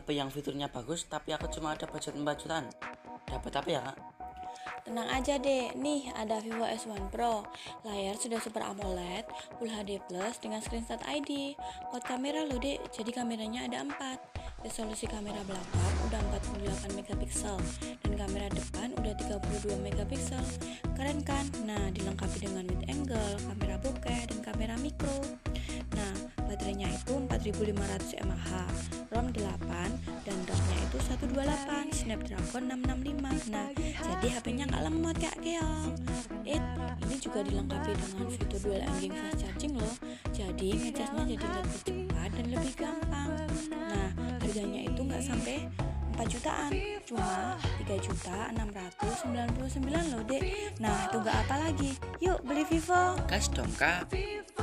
HP yang fiturnya bagus, tapi aku cuma ada budget 4 jutaan. Dapat apa ya, Kak? Tenang aja deh, nih ada Vivo S1 Pro. Layar sudah Super AMOLED, Full HD Plus dengan screenshot ID. Quad kamera loh dek, jadi kameranya ada 4. Resolusi kamera belakang udah 48 megapiksel dan kamera depan udah 32 megapiksel. Keren kan? Nah, dilengkapi dengan wide angle, kamera bokeh, dan kamera mikro. Nah, baterainya itu 4500 mAh, ROM 8 dan RAM-nya itu 128 Snapdragon 665. Nah, jadi HP-nya nggak lemot Kak Keong. Ini juga dilengkapi dengan fitur dual engine fast charging loh. Jadi ngecasnya jadi lebih cepat dan lebih gampang. Nah, harganya itu nggak sampai 4 jutaan, cuma 3.699.000 loh dek. Nah, tunggu apa lagi? Yuk beli Vivo. Gas dong, Kak.